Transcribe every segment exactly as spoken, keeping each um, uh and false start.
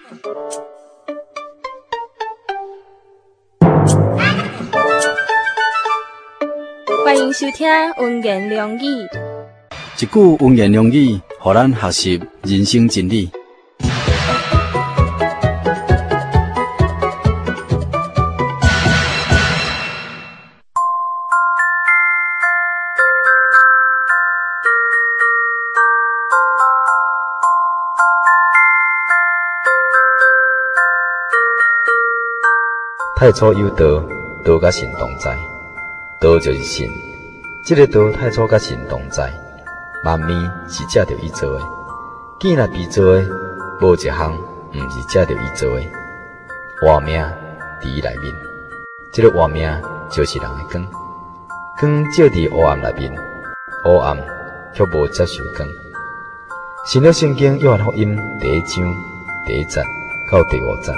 欢迎收听文言良语， 一句文言良语，互咱学习人生真理。 太初有道，道甲神同在，道就是神。这个道太初甲神同在，万物是借着伊做的。既然被做的，无一项毋是借着伊做的。活命伫伊内面，这个活命就是人的光。光照伫黑暗内面，黑暗却无接受光。新约圣经约翰福音第一章第一节到第五节。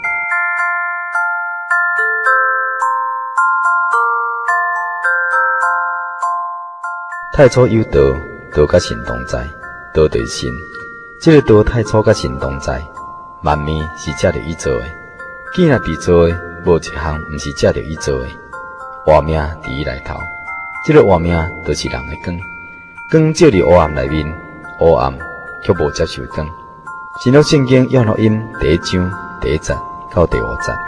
太初有道，道甲神同在，道就是神。这个道太初甲神同在，万物是借着伊做的。既然被做的，无一项毋是借着伊做的。活命伫伊内头，这个活命就是人的光。光照伫黑暗内面，黑暗却无接受光。新约圣经约翰福音第一章第一节到第五节。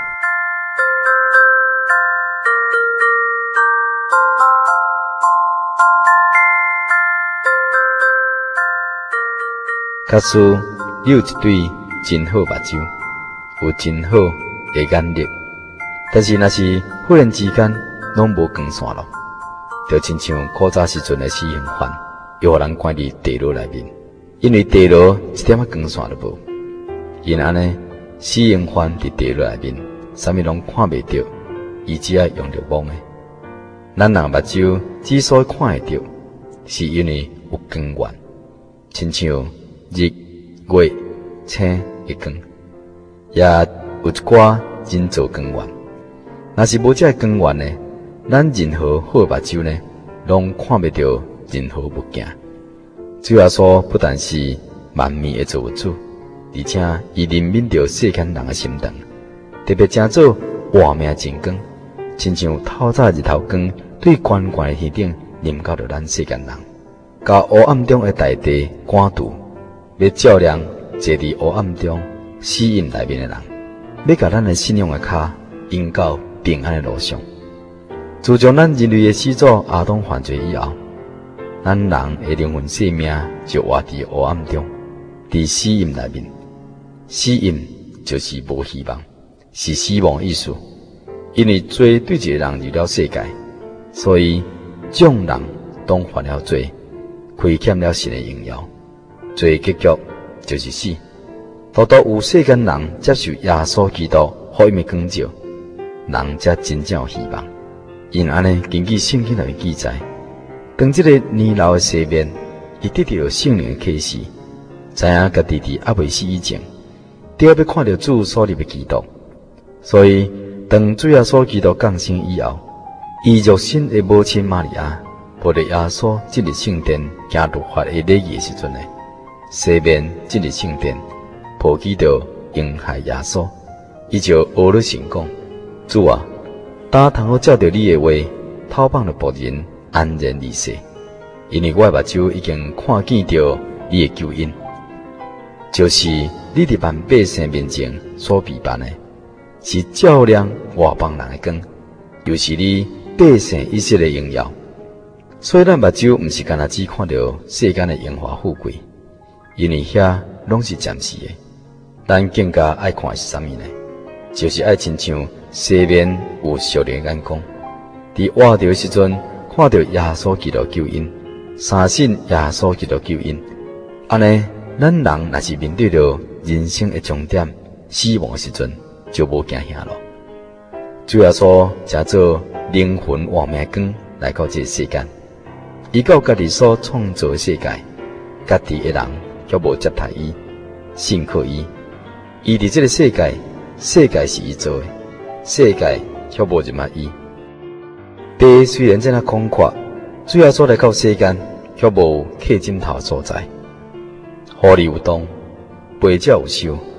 假使你有一对真好目睭，有真好的眼力，但是若是忽然之间拢无光线咯，就亲像古早时阵的死刑犯，又互人关伫地牢内面，因为地牢一点仔光线都无。因安尼，死刑犯伫地牢内面，啥物拢看袂到，伊只爱用着摸的。咱人目睭之所以看会到，是因为有光源，亲像日、月、星的光，也有一寡人造光源。若是无这个光源呢，咱任何好目睭呢，拢看不到任何物件。主耶稣不但是万物的造物主，而且伊怜悯着世间人的心肠，特别正做活命真光，亲像透早日头光对悬悬的天顶临到着咱世间人，甲黑暗中的大地赶除。要照亮坐伫黑暗中死荫内面的人，要甲咱的信仰的脚引到平安的路上。自从咱人类的始祖亚当犯罪以后，咱人的灵魂生命就活伫黑暗中，伫死荫内面。死荫就是无希望，是死亡意思。因为罪对一个人入了世界，所以众人都犯了罪，亏欠了神的荣耀。最结局就是死。独独有世间人接受耶稣基督福音的光照，人才真正有希望。因安尼，根据圣经内面记载，当这个年老的西面，伊得到圣灵的启示，知影家己伫还未死以前，就要看到主所立的基督。所以，当主耶稣基督降生以后，伊肉身的母亲玛利亚，抱着耶稣进入圣殿行律法的礼仪的时阵呢，西面进入圣殿，抱起着婴孩耶稣，伊就学了神讲：主啊，当通好照着你的话，偷放了仆人安然离世，因为我的目睭已经看见着你的救恩，就是你伫万百姓面前所备办的，是照亮外邦人的光，又是你百姓一切的荣耀。所以咱目睭毋是干那只看到世间的荣华富贵，因为遐拢是暂时的。咱更加爱看的是啥物呢？就是爱亲像西面有属灵的眼光，伫活着的时阵看到耶稣基督救恩，相信耶稣基督救恩。安尼，咱人若是面对着人生的终点死亡的时阵，就无惊吓咯。主耶稣才做灵魂活命光来到这个世间，伊到家己所创造的世界，家己的人却无接待伊，信靠伊。伊伫这个世界，世界是伊做的，世界却无入捌伊。地虽然这样广阔，主耶稣来到世间，却无客枕头所在。狐狸有洞，跛鸟有收，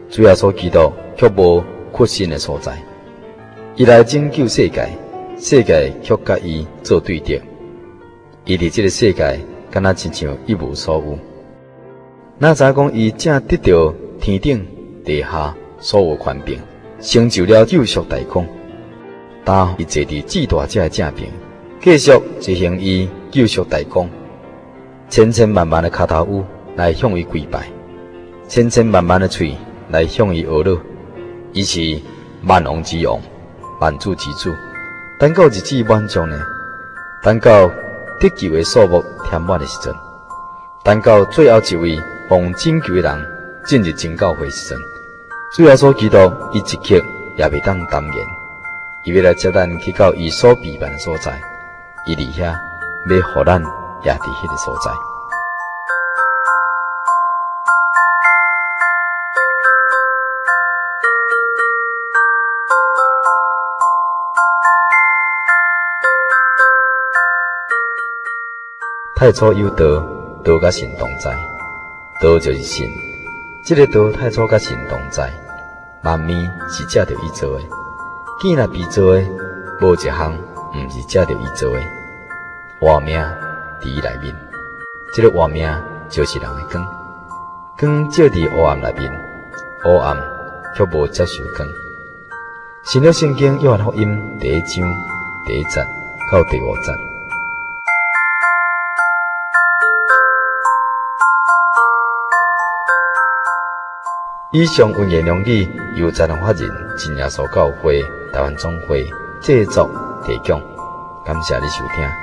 主耶稣基督却无屈身的所在。伊来拯救世界，世界却甲伊做对敌。伊伫这个世界，敢若亲像一无所有。哪知讲伊正得到天顶地下所有权柄，成就了救赎大功。当伊坐伫至大者的正边，继续执行伊救赎大功。千千万万的骹头乌来向伊跪拜，千千万万的喙来向伊学乐。伊是万王之王，万主之主。等到日子满足呢，等到得救的数目填满的时阵，等到最后一位奉拯救的人进入真教会的时阵，主耶稣基督伊一刻也袂当耽延，伊要来接咱去到伊所避难的所在，伊伫遐要互咱也伫迄个所在。太初有道，道甲神同在，道就是神。这个道太初甲神同在，万物是借着伊做的，见若被做的，无一项毋是借着伊做的。活命伫伊内面，这个活命就是人的光，光照伫黑暗内面，黑暗却无接受光。新约圣经约翰福音第一章第一节到第五节。以上文言良语由财团法人真耶稣教会台湾总会制作提供，感谢你收听。